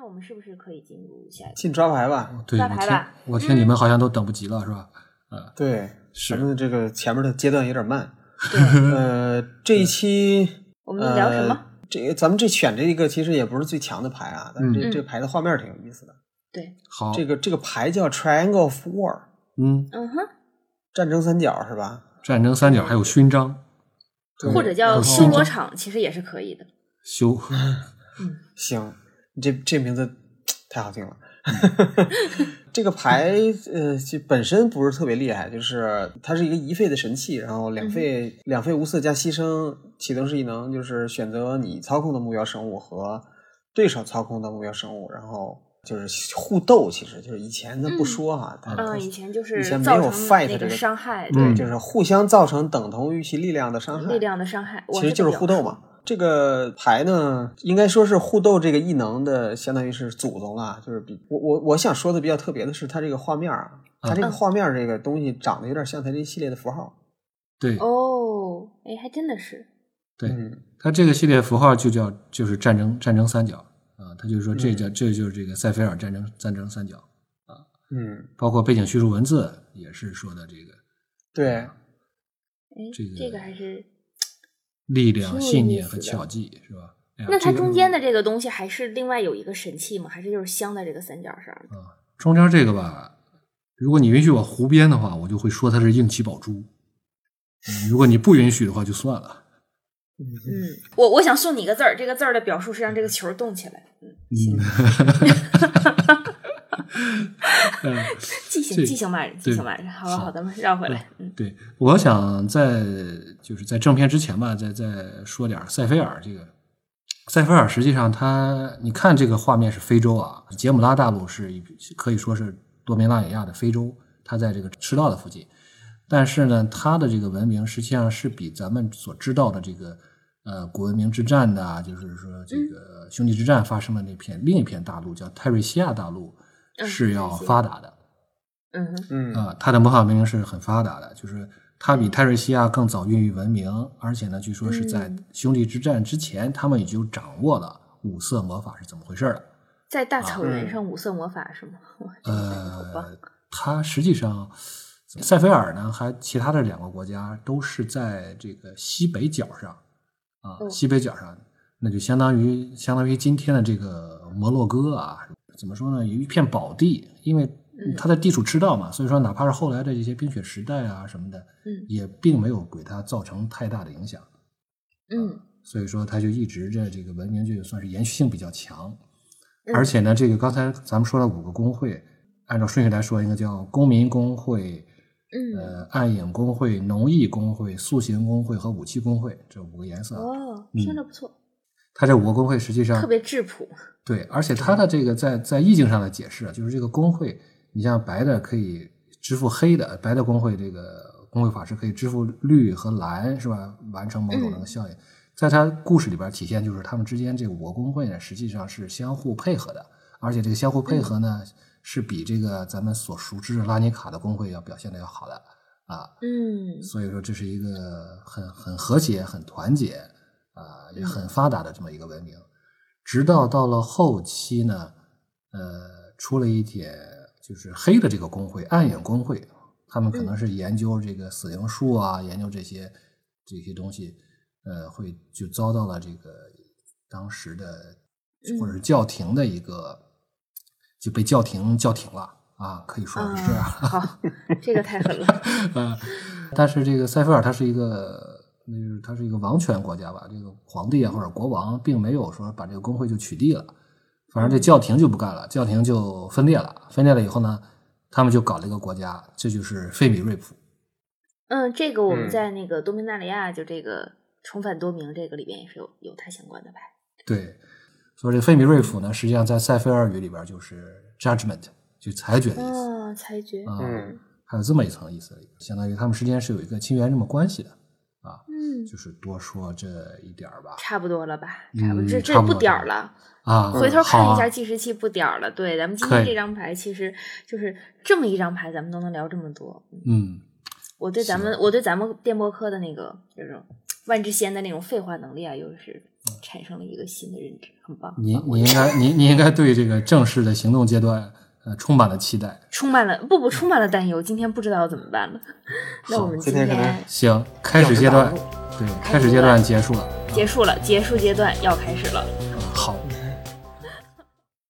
我们是不是可以进入下一个进抓牌吧？ 对， 抓牌吧我听你们好像都等不及了，是吧？ 对， 是咱们这个前面的阶段有点慢。 对这一期我们聊什么？ 咱们选这一个其实也不是最强的牌啊，但是这牌的画面挺有意思的。 对， 好， 这个牌叫 Triangle of War， 嗯哼， 战争三角是吧？ 战争三角还有勋章， 或者叫修罗场，其实也是可以的。 修， 行，这名字太好听了。这个牌本身不是特别厉害，就是它是一个一费的神器，然后两费无色加牺牲，启动式异能就是选择你操控的目标生物和对手操控的目标生物，然后就是互斗，其实就是以前的不说哈， 以前就是以前没有 fight 这个伤害， 对，就是互相造成等同于其力量的伤害， 其实就是互斗嘛。这个牌呢，应该说是互斗这个异能的，相当于是祖宗了。就是我想说的比较特别的是，它这个画面啊，它这个画面这个东西长得有点像它这一系列的符号。 对， 哦，哎，还真的是。 对，它这个系列符号就是战争三角啊，它就是说这就是这个塞菲尔战争三角啊，包括背景叙述文字也是说的这个。 对， 哎，这个还是。 力量、信念和巧计是吧？ 那它中间的这个东西还是另外有一个神器吗？还是就是镶在这个三角上？ 中间这个吧，如果你允许我胡编的话，我就会说它是硬气宝珠。如果你不允许的话，就算了。 我想送你一个字儿，这个字儿的表述是让这个球动起来。记性慢人，好，咱们绕回来。 对，我想在正片之前吧，再说点塞菲尔。这个塞菲尔实际上你看这个画面是非洲啊，杰姆拉大陆可以说是多明纳里亚的非洲，它在这个赤道的附近。但是呢，它的这个文明实际上是比咱们所知道的这个古文明之战的，就是说这个兄弟之战发生的另一片大陆叫泰瑞西亚大陆是要发达的。它的魔法文明是很发达的，就是它比泰瑞西亚更早孕育文明，而且呢，据说是在兄弟之战之前，他们已经掌握了五色魔法是怎么回事了。 在大草原上五色魔法是吗？ 它实际上塞菲尔呢，还其他的两个国家都是在这个西北角上西北角上，那就相当于今天的这个摩洛哥啊，怎么说呢？有一片宝地，因为它的地处赤道嘛，所以说哪怕是后来的这些冰雪时代啊什么的，也并没有给它造成太大的影响。所以说它就一直这个文明就算是延续性比较强。而且呢，这个刚才咱们说了5个工会，按照顺序来说，应该叫公民工会、暗影工会、农艺工会、塑形工会和武器工会，这5个颜色。 听着不错。 它这5个工会实际上特别质朴。 对，而且它的这个在意境上的解释，就是这个工会，你像白的可以支付黑的，白的工会这个工会法师可以支付绿和蓝，是吧？完成某种那个效应。在它故事里边体现就是他们之间这5个工会呢，实际上是相互配合的，而且这个相互配合呢，是比这个咱们所熟知的拉尼卡的工会要表现的要好的啊。所以说这是一个很和谐、很团结也很发达的这么一个文明。直到了后期呢，出了一点就是黑的这个工会，暗影工会，他们可能是研究这个死灵术啊，研究这些东西，会就遭到了这个当时的或者是教廷的一个就被教廷了啊，可以说是这样。 好，这个太狠了。 但是这个塞菲尔它是一个王权国家吧，这个皇帝啊或者国王并没有说把这个工会就取缔了，反正这教廷就不干了，教廷就分裂了以后呢，他们就搞了一个国家，这就是费米瑞普。 这个我们在那个多明纳里亚就这个重返多明这个里边也是有它相关的牌。 对，所以这个费米瑞普呢，实际上在塞菲尔语里边就是 judgment， 就裁决的意思。 裁决。 还有这么一层意思，相当于他们之间是有一个亲缘这么关系的。就是多说这一点吧， 差不多了吧？差不多，这不点儿了啊！ 回头看一下计时器，不点儿了。对，咱们今天这张牌其实就是这么一张牌，咱们都能聊这么多。我对咱们电波科的那个这种万智仙的那种废话能力啊，又是产生了一个新的认知，很棒。 你应该对这个正式的行动阶段充满了期待， 充满了担忧。今天不知道怎么办了。那我们今天行，开始阶段，对，开始阶段结束了， 结束阶段要开始了。